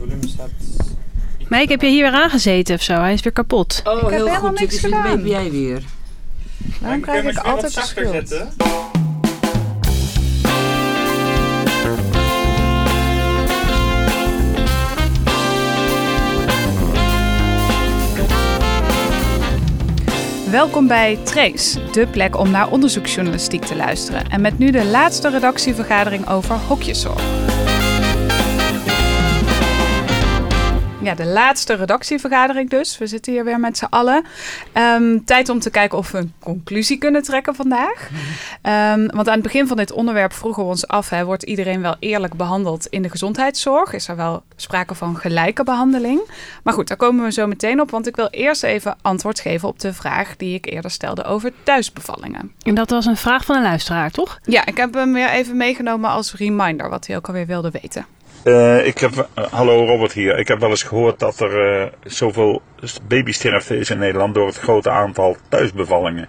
volume staat... Maar ik heb je hier weer aangezeten of zo. Hij is weer kapot. Oh, heel goed. Dit is gedaan. weet jij weer. Waarom krijg ik altijd de schuld? Welkom bij Trace, de plek om naar onderzoeksjournalistiek te luisteren. En met nu de laatste redactievergadering over hokjeszorg. Ja, de laatste redactievergadering dus. We zitten hier weer met z'n allen. Tijd om te kijken of we een conclusie kunnen trekken vandaag. Want aan het begin van dit onderwerp vroegen we ons af... wordt iedereen wel eerlijk behandeld in de gezondheidszorg? Is er wel sprake van gelijke behandeling? Maar goed, daar komen we zo meteen op. Want ik wil eerst even antwoord geven op de vraag... die ik eerder stelde over thuisbevallingen. En dat was een vraag van een luisteraar, toch? Ja, ik heb hem weer even meegenomen als reminder... wat hij ook alweer wilde weten. Hallo Robert hier. Ik heb wel eens gehoord dat er zoveel babysterfte is in Nederland door het grote aantal thuisbevallingen.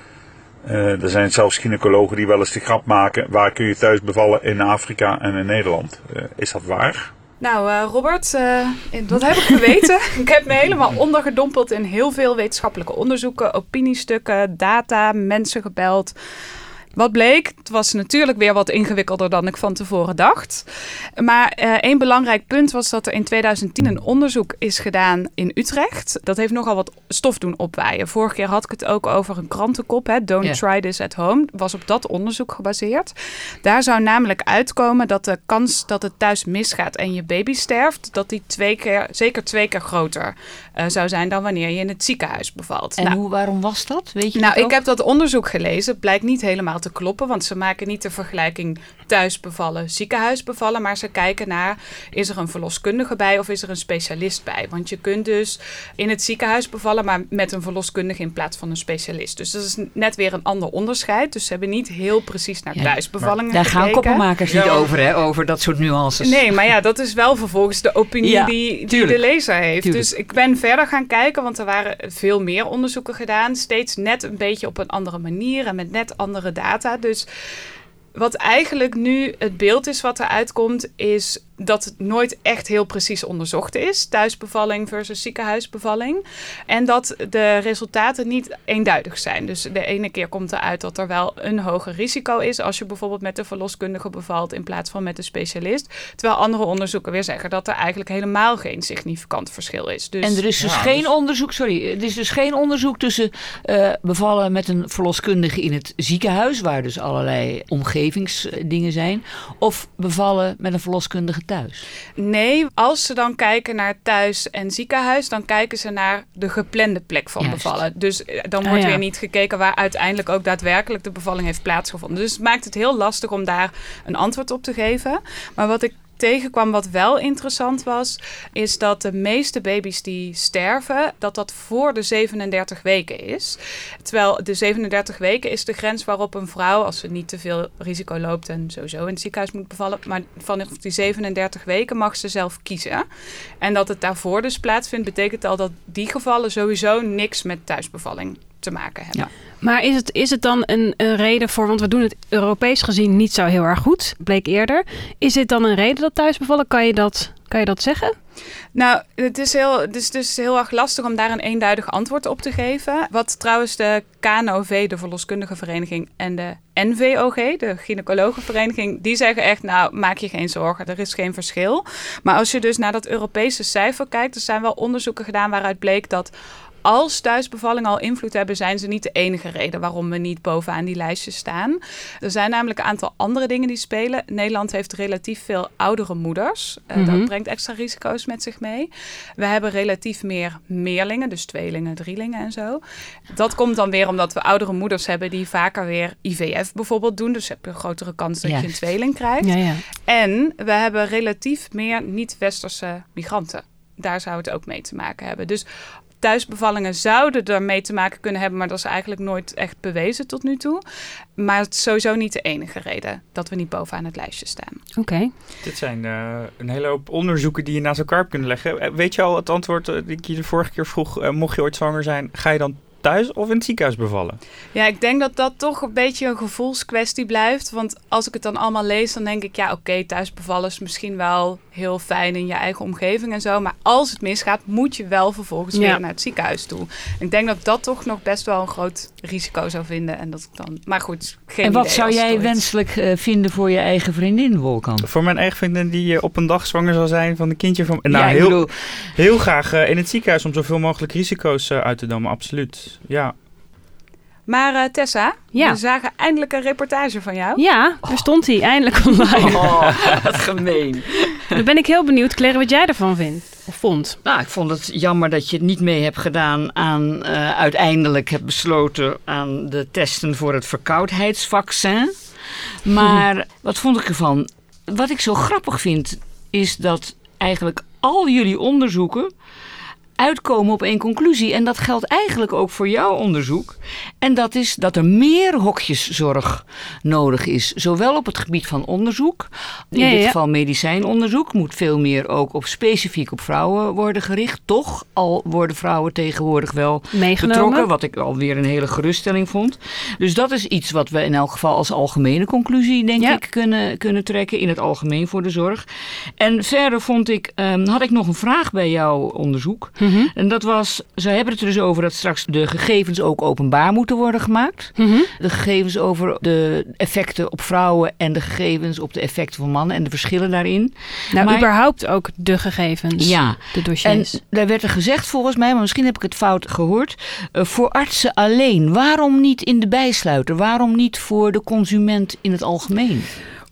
Er zijn zelfs gynaecologen die wel eens de grap maken, waar kun je thuis bevallen in Afrika en in Nederland? Is dat waar? Nou Robert, dat heb ik geweten. Ik heb me helemaal ondergedompeld in heel veel wetenschappelijke onderzoeken, opiniestukken, data, mensen gebeld... Wat bleek? Het was natuurlijk weer wat ingewikkelder dan ik van tevoren dacht. Maar één belangrijk punt was dat er in 2010 een onderzoek is gedaan in Utrecht. Dat heeft nogal wat stof doen opwaaien. Vorige keer had ik het ook over een krantenkop. Don't try this at home. Was op dat onderzoek gebaseerd. Daar zou namelijk uitkomen dat de kans dat het thuis misgaat en je baby sterft... dat die zeker twee keer groter zou zijn dan wanneer je in het ziekenhuis bevalt. En waarom was dat? Weet je ik heb dat onderzoek gelezen. Het blijkt niet helemaal te kloppen, want ze maken niet de vergelijking thuis bevallen, ziekenhuis bevallen, maar ze kijken naar, is er een verloskundige bij of is er een specialist bij? Want je kunt dus in het ziekenhuis bevallen, maar met een verloskundige in plaats van een specialist. Dus dat is net weer een ander onderscheid. Dus ze hebben niet heel precies naar thuisbevallingen gekeken. Daar gaan koppenmakers niet over, hè? Over dat soort nuances. Nee, maar ja, dat is wel vervolgens de opinie die de lezer heeft. Tuurlijk. Dus ik ben verder gaan kijken, want er waren veel meer onderzoeken gedaan. Steeds net een beetje op een andere manier en met net andere data. Dus wat eigenlijk nu het beeld is wat eruit komt, is dat het nooit echt heel precies onderzocht is. Thuisbevalling versus ziekenhuisbevalling. En dat de resultaten niet eenduidig zijn. Dus de ene keer komt eruit dat er wel een hoger risico is als je bijvoorbeeld met de verloskundige bevalt in plaats van met de specialist. Terwijl andere onderzoeken weer zeggen dat er eigenlijk helemaal geen significant verschil is. Dus, en er is dus geen onderzoek, er is dus geen onderzoek tussen bevallen met een verloskundige in het ziekenhuis, waar dus allerlei omgevingsdingen zijn, of bevallen met een verloskundige thuis? Nee, als ze dan kijken naar thuis en ziekenhuis, dan kijken ze naar de geplande plek van bevallen. Dus dan wordt weer niet gekeken waar uiteindelijk ook daadwerkelijk de bevalling heeft plaatsgevonden. Dus het maakt het heel lastig om daar een antwoord op te geven. Maar wat ik tegenkwam wat wel interessant was, is dat de meeste baby's die sterven, dat voor de 37 weken is. Terwijl de 37 weken is de grens waarop een vrouw, als ze niet te veel risico loopt en sowieso in het ziekenhuis moet bevallen, maar vanaf die 37 weken mag ze zelf kiezen. En dat het daarvoor dus plaatsvindt, betekent al dat die gevallen sowieso niks met thuisbevalling te maken hebben. Ja. Maar is het dan een reden voor, want we doen het Europees gezien niet zo heel erg goed, bleek eerder. Is dit dan een reden dat thuisbevallen? Kan je dat zeggen? Nou, het is dus heel erg lastig om daar een eenduidig antwoord op te geven. Wat trouwens de KNOV, de verloskundige vereniging, en de NVOG, de gynaecologenvereniging, die zeggen echt, maak je geen zorgen, er is geen verschil. Maar als je dus naar dat Europese cijfer kijkt, er zijn wel onderzoeken gedaan waaruit bleek dat als thuisbevallingen al invloed hebben, zijn ze niet de enige reden waarom we niet bovenaan die lijstjes staan. Er zijn namelijk een aantal andere dingen die spelen. Nederland heeft relatief veel oudere moeders. Dat brengt extra risico's met zich mee. We hebben relatief meer meerlingen, dus tweelingen, drielingen en zo. Dat komt dan weer omdat we oudere moeders hebben die vaker weer IVF bijvoorbeeld doen. Dus heb je een grotere kans dat je een tweeling krijgt. Ja. En we hebben relatief meer niet-westerse migranten. Daar zou het ook mee te maken hebben. Dus thuisbevallingen zouden ermee te maken kunnen hebben, maar dat is eigenlijk nooit echt bewezen tot nu toe. Maar het is sowieso niet de enige reden dat we niet bovenaan het lijstje staan. Oké. Dit zijn een hele hoop onderzoeken die je naast elkaar hebt kunnen leggen. Weet je al het antwoord die ik je de vorige keer vroeg? Mocht je ooit zwanger zijn, ga je dan thuis of in het ziekenhuis bevallen? Ja, ik denk dat dat toch een beetje een gevoelskwestie blijft. Want als ik het dan allemaal lees, dan denk ik... ja, oké, thuis bevallen is misschien wel heel fijn in je eigen omgeving en zo. Maar als het misgaat, moet je wel vervolgens weer naar het ziekenhuis toe. Ik denk dat ik dat toch nog best wel een groot risico zou vinden. En dat ik dan... Maar goed, geen En wat idee zou jij wenselijk vinden voor je eigen vriendin, Wolkan? Voor mijn eigen vriendin die op een dag zwanger zal zijn van een kindje van... Nou, heel graag in het ziekenhuis om zoveel mogelijk risico's uit te nemen, absoluut. Ja. Maar Tessa, we zagen eindelijk een reportage van jou. Ja, daar stond hij eindelijk online. Wat gemeen. Dan ben ik heel benieuwd, Claire, wat jij ervan vond. Nou, ik vond het jammer dat je het niet mee hebt gedaan aan... uiteindelijk hebt besloten aan de testen voor het verkoudheidsvaccin. Maar wat vond ik ervan? Wat ik zo grappig vind, is dat eigenlijk al jullie onderzoeken uitkomen op één conclusie. En dat geldt eigenlijk ook voor jouw onderzoek. En dat is dat er meer hokjeszorg nodig is. Zowel op het gebied van onderzoek. In dit geval medicijnonderzoek. Moet veel meer ook specifiek op vrouwen worden gericht. Toch al worden vrouwen tegenwoordig wel betrokken. Wat ik alweer een hele geruststelling vond. Dus dat is iets wat we in elk geval als algemene conclusie denk ik kunnen trekken. In het algemeen voor de zorg. En verder had ik nog een vraag bij jouw onderzoek. En dat was, ze hebben het er dus over dat straks de gegevens ook openbaar moeten worden gemaakt. De gegevens over de effecten op vrouwen en de gegevens op de effecten van mannen en de verschillen daarin. Nou, maar überhaupt ook de gegevens, de dossiers. En daar werd er gezegd volgens mij, maar misschien heb ik het fout gehoord, voor artsen alleen. Waarom niet in de bijsluiter? Waarom niet voor de consument in het algemeen?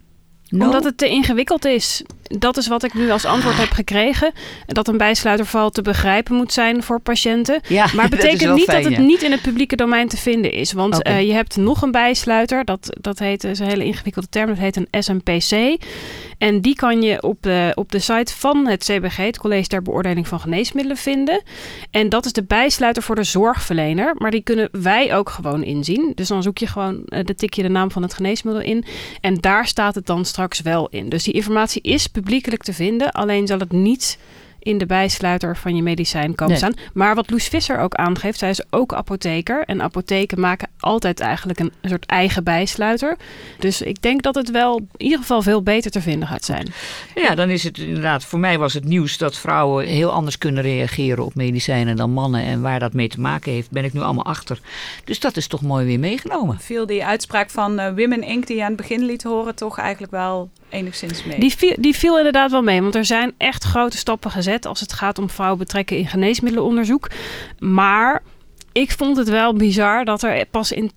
Omdat het te ingewikkeld is. Dat is wat ik nu als antwoord heb gekregen. Dat een bijsluiterval te begrijpen moet zijn voor patiënten. Ja, maar het betekent niet dat het niet in het publieke domein te vinden is. Want je hebt nog een bijsluiter. Dat heet, is een hele ingewikkelde term. Dat heet een SMPC. En die kan je op de site van het CBG, het College ter Beoordeling van Geneesmiddelen, vinden. En dat is de bijsluiter voor de zorgverlener. Maar die kunnen wij ook gewoon inzien. Dus dan zoek je gewoon, tik je de naam van het geneesmiddel in. En daar staat het dan straks wel in. Dus die informatie is publiekelijk te vinden. Alleen zal het niet in de bijsluiter van je medicijn komen staan. Maar wat Loes Visser ook aangeeft, zij is ook apotheker. En apotheken maken altijd eigenlijk een soort eigen bijsluiter. Dus ik denk dat het wel in ieder geval veel beter te vinden gaat zijn. Ja, dan is het inderdaad, voor mij was het nieuws dat vrouwen heel anders kunnen reageren op medicijnen dan mannen. En waar dat mee te maken heeft, ben ik nu allemaal achter. Dus dat is toch mooi weer meegenomen. Viel die uitspraak van Women Inc. die je aan het begin liet horen toch eigenlijk wel enigszins mee? Die viel inderdaad wel mee, want er zijn echt grote stappen gezet als het gaat om vrouwen betrekken in geneesmiddelenonderzoek. Maar ik vond het wel bizar dat er pas in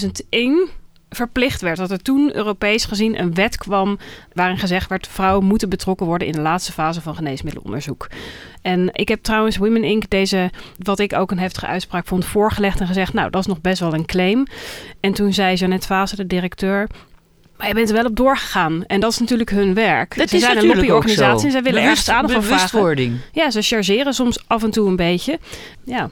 2001 verplicht werd. Dat er toen Europees gezien een wet kwam waarin gezegd werd, vrouwen moeten betrokken worden in de laatste fase van geneesmiddelenonderzoek. En ik heb trouwens Women Inc. deze, wat ik ook een heftige uitspraak vond, voorgelegd en gezegd, nou, dat is nog best wel een claim. En toen zei Jeannette Vase, de directeur, maar je bent er wel op doorgegaan. En dat is natuurlijk hun werk. Ze zijn een lobbyorganisatie en zij willen ergens aandacht voor vragen. Bewustwording. Ja, ze chargeren soms af en toe een beetje. Ja.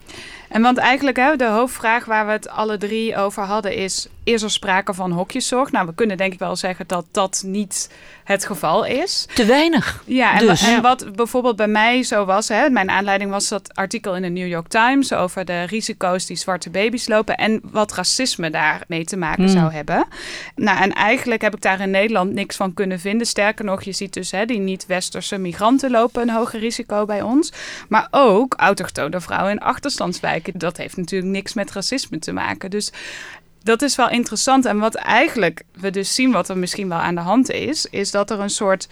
En want eigenlijk, de hoofdvraag waar we het alle drie over hadden is er sprake van hokjeszorg? Nou, we kunnen denk ik wel zeggen dat dat niet het geval is. Te weinig. Ja, en wat bijvoorbeeld bij mij zo was, mijn aanleiding was dat artikel in de New York Times over de risico's die zwarte baby's lopen en wat racisme daarmee te maken zou hebben. Nou, en eigenlijk heb ik daar in Nederland niks van kunnen vinden. Sterker nog, je ziet dus die niet-westerse migranten lopen een hoger risico bij ons. Maar ook autochtone vrouwen in achterstandswijken. Dat heeft natuurlijk niks met racisme te maken. Dus dat is wel interessant. En wat eigenlijk we dus zien wat er misschien wel aan de hand is dat er een soort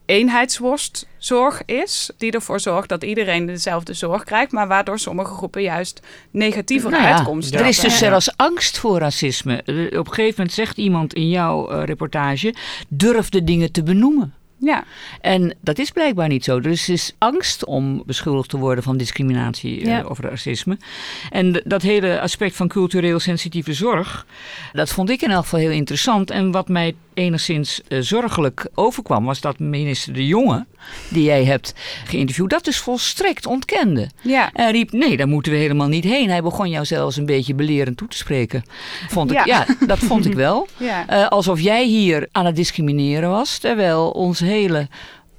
eenheidsworstzorg is, die ervoor zorgt dat iedereen dezelfde zorg krijgt, maar waardoor sommige groepen juist negatievere uitkomsten hebben. Er is dus zelfs angst voor racisme. Op een gegeven moment zegt iemand in jouw reportage, durf de dingen te benoemen. Ja. En dat is blijkbaar niet zo. Dus er is angst om beschuldigd te worden van discriminatie of racisme. En dat hele aspect van cultureel sensitieve zorg, dat vond ik in elk geval heel interessant. En wat mij enigszins zorgelijk overkwam, was dat minister De Jonge, die jij hebt geïnterviewd, dat dus volstrekt ontkende. Ja. En riep, nee, daar moeten we helemaal niet heen. Hij begon jou zelfs een beetje belerend toe te spreken. Dat vond ik wel. Ja. Alsof jij hier aan het discrimineren was, terwijl ons hele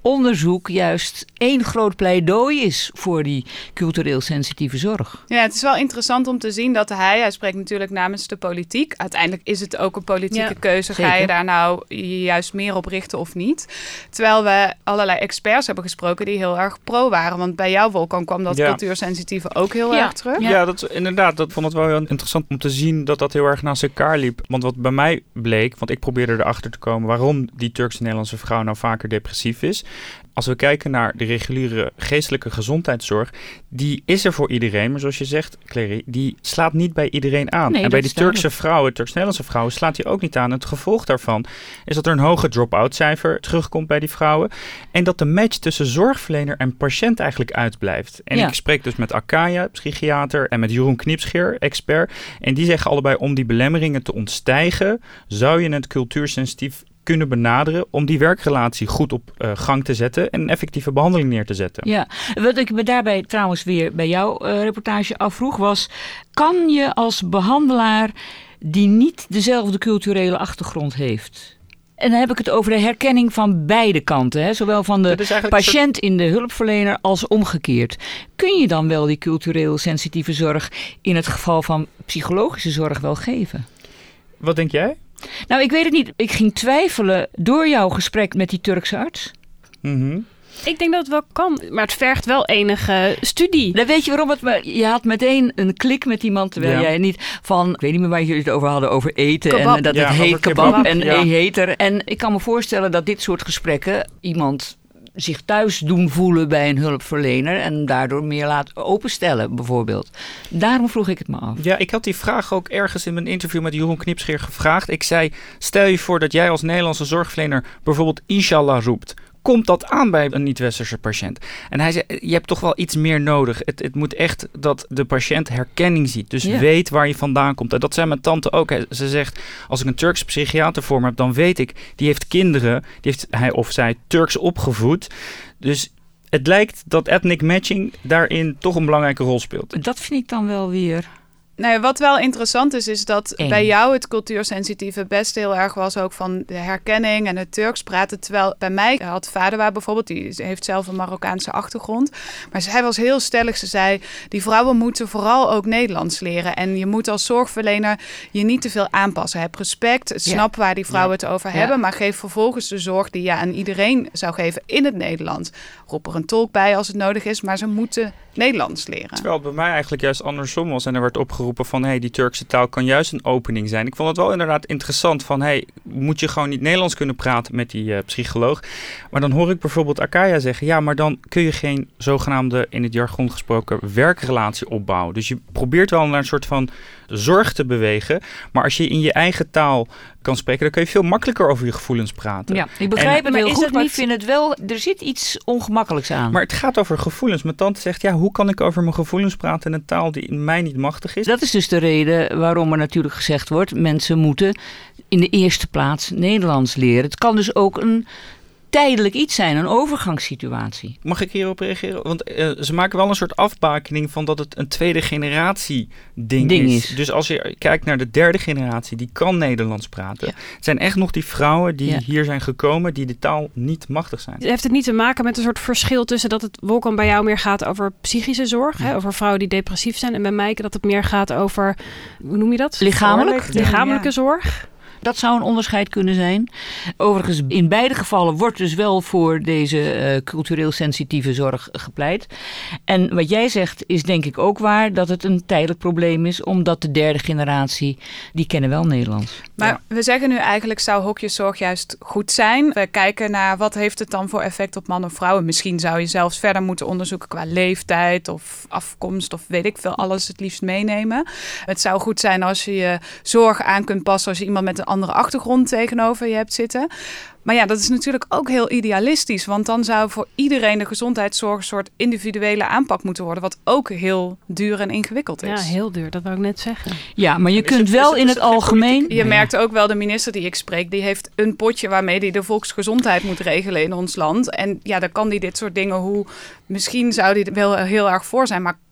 onderzoek juist één groot pleidooi is voor die cultureel sensitieve zorg. Ja, het is wel interessant om te zien dat hij spreekt natuurlijk namens de politiek. Uiteindelijk is het ook een politieke keuze. Zeker. Ga je daar nou juist meer op richten of niet? Terwijl we allerlei experts hebben gesproken die heel erg pro waren. Want bij jou, Wolkan, kwam dat cultuursensitieve ook heel erg terug. Ja, dat vond het wel heel interessant om te zien dat heel erg naast elkaar liep. Want wat bij mij bleek, want ik probeerde erachter te komen waarom die Turks-Nederlandse vrouw nou vaker depressief is. Als we kijken naar de reguliere geestelijke gezondheidszorg, die is er voor iedereen. Maar zoals je zegt, Clary, die slaat niet bij iedereen aan. Nee, en bij die Turks-Nederlandse vrouwen slaat die ook niet aan. Het gevolg daarvan is dat er een hoger drop-out cijfer terugkomt bij die vrouwen. En dat de match tussen zorgverlener en patiënt eigenlijk uitblijft. En ik spreek dus met Akaya, psychiater, en met Jeroen Knipscheer, expert. En die zeggen allebei, om die belemmeringen te ontstijgen, zou je het cultuursensitief kunnen benaderen om die werkrelatie goed op gang te zetten en een effectieve behandeling neer te zetten. Ja, wat ik me daarbij trouwens weer bij jouw reportage afvroeg was, kan je als behandelaar die niet dezelfde culturele achtergrond heeft? En dan heb ik het over de herkenning van beide kanten. Hè? Zowel van de patiënt in de hulpverlener als omgekeerd. Kun je dan wel die cultureel sensitieve zorg in het geval van psychologische zorg wel geven? Wat denk jij? Nou, ik weet het niet. Ik ging twijfelen door jouw gesprek met die Turkse arts. Mm-hmm. Ik denk dat het wel kan, maar het vergt wel enige studie. Dan weet je waarom je had meteen een klik met iemand, terwijl jij niet van, ik weet niet meer waar jullie het over hadden, over eten kebab. En dat het heet kebab en heter. En ik kan me voorstellen dat dit soort gesprekken iemand zich thuis doen voelen bij een hulpverlener en daardoor meer laat openstellen, bijvoorbeeld. Daarom vroeg ik het me af. Ja, ik had die vraag ook ergens in mijn interview met Jeroen Knipscheer gevraagd. Ik zei, stel je voor dat jij als Nederlandse zorgverlener bijvoorbeeld inshallah roept. Komt dat aan bij een niet-westerse patiënt? En hij zei, je hebt toch wel iets meer nodig. Het moet echt dat de patiënt herkenning ziet. Dus weet waar je vandaan komt. En dat zei mijn tante ook. Ze zegt, als ik een Turkse psychiater voor me heb, dan weet ik, die heeft kinderen, die heeft hij of zij Turks opgevoed. Dus het lijkt dat ethnic matching daarin toch een belangrijke rol speelt. Dat vind ik dan wel weer. Nou, wat wel interessant is dat bij jou het cultuursensitieve best heel erg was ook van de herkenning en het Turks praten. Terwijl bij mij had Vadewa bijvoorbeeld, die heeft zelf een Marokkaanse achtergrond. Maar zij was heel stellig. Ze zei, die vrouwen moeten vooral ook Nederlands leren. En je moet als zorgverlener je niet te veel aanpassen. Heb respect, snap waar die vrouwen het over hebben. Maar geef vervolgens de zorg die je aan iedereen zou geven in het Nederlands. Roep er een tolk bij als het nodig is, maar ze moeten Nederlands leren. Terwijl het bij mij eigenlijk juist andersom was. En er werd opgeroepen van, die Turkse taal kan juist een opening zijn. Ik vond het wel inderdaad interessant van, moet je gewoon niet Nederlands kunnen praten met die psycholoog? Maar dan hoor ik bijvoorbeeld Akaya zeggen, ja, maar dan kun je geen zogenaamde, in het jargon gesproken, werkrelatie opbouwen. Dus je probeert wel naar een soort van zorg te bewegen. Maar als je in je eigen taal kan spreken, dan kun je veel makkelijker over je gevoelens praten. Ja, ik begrijp het heel goed, maar ik vind het wel, er zit iets ongemakkelijks aan. Maar het gaat over gevoelens. Mijn tante zegt, hoe kan ik over mijn gevoelens praten in een taal die in mij niet machtig is? Dat is dus de reden waarom er natuurlijk gezegd wordt, mensen moeten in de eerste plaats Nederlands leren. Het kan dus ook een tijdelijk iets zijn, een overgangssituatie. Mag ik hierop reageren? Want ze maken wel een soort afbakening van dat het een tweede generatie ding is. Dus als je kijkt naar de derde generatie, die kan Nederlands praten. Het zijn echt nog die vrouwen die hier zijn gekomen, die de taal niet machtig zijn. Heeft het niet te maken met een soort verschil tussen dat het, Wolkan, bij jou meer gaat over psychische zorg, over vrouwen die depressief zijn, en bij mij dat het meer gaat over, hoe noem je dat? Lichamelijke zorg? Dat zou een onderscheid kunnen zijn. Overigens, in beide gevallen wordt dus wel voor deze cultureel sensitieve zorg gepleit. En wat jij zegt is denk ik ook waar, dat het een tijdelijk probleem is, omdat de derde generatie, die kennen wel Nederlands. Maar we zeggen nu eigenlijk, zou hokjeszorg juist goed zijn? We kijken naar, wat heeft het dan voor effect op mannen of vrouwen? Misschien zou je zelfs verder moeten onderzoeken qua leeftijd of afkomst of weet ik veel, alles het liefst meenemen. Het zou goed zijn als je je zorg aan kunt passen als je iemand met een andere achtergrond tegenover je hebt zitten. Maar ja, dat is natuurlijk ook heel idealistisch. Want dan zou voor iedereen de gezondheidszorg een soort individuele aanpak moeten worden. Wat ook heel duur en ingewikkeld is. Ja, heel duur. Dat wou ik net zeggen. Ja, maar je kunt wel in het algemeen. Je merkt ook wel, de minister die ik spreek, die heeft een potje waarmee die de volksgezondheid moet regelen in ons land. En ja, dan kan die dit soort dingen, misschien zou die er wel heel erg voor zijn, maar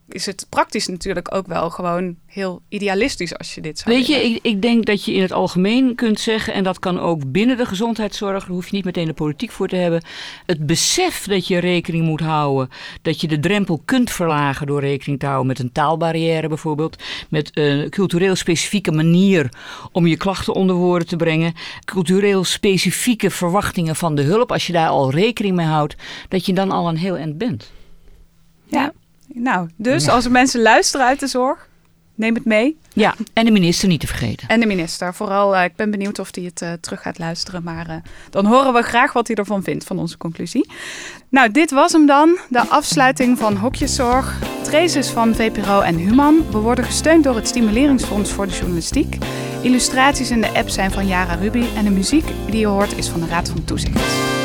is het praktisch natuurlijk ook wel gewoon heel idealistisch als je dit zou Weet willen. je, ik denk dat je in het algemeen kunt zeggen, en dat kan ook binnen de gezondheidszorg, daar hoef je niet meteen de politiek voor te hebben, het besef dat je rekening moet houden, dat je de drempel kunt verlagen door rekening te houden met een taalbarrière bijvoorbeeld, met een cultureel specifieke manier om je klachten onder woorden te brengen, cultureel specifieke verwachtingen van de hulp, als je daar al rekening mee houdt, dat je dan al een heel eind bent. Ja. Nou, dus als er mensen luisteren uit de zorg, neem het mee. Ja, en de minister niet te vergeten. En de minister. Vooral, ik ben benieuwd of hij het terug gaat luisteren. Maar dan horen we graag wat hij ervan vindt, van onze conclusie. Nou, dit was hem dan. De afsluiting van Hokjeszorg. Trace is van VPRO en Human. We worden gesteund door het Stimuleringsfonds voor de Journalistiek. Illustraties in de app zijn van Yara Ruby. En de muziek die je hoort is van de Raad van Toezicht.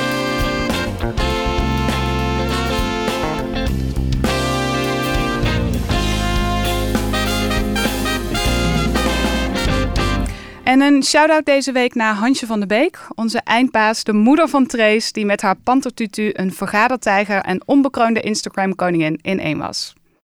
En een shout-out deze week naar Hansje van de Beek, onze eindbaas, de moeder van Trace, die met haar pantertutu een vergadertijger en onbekroonde Instagram-koningin in één was.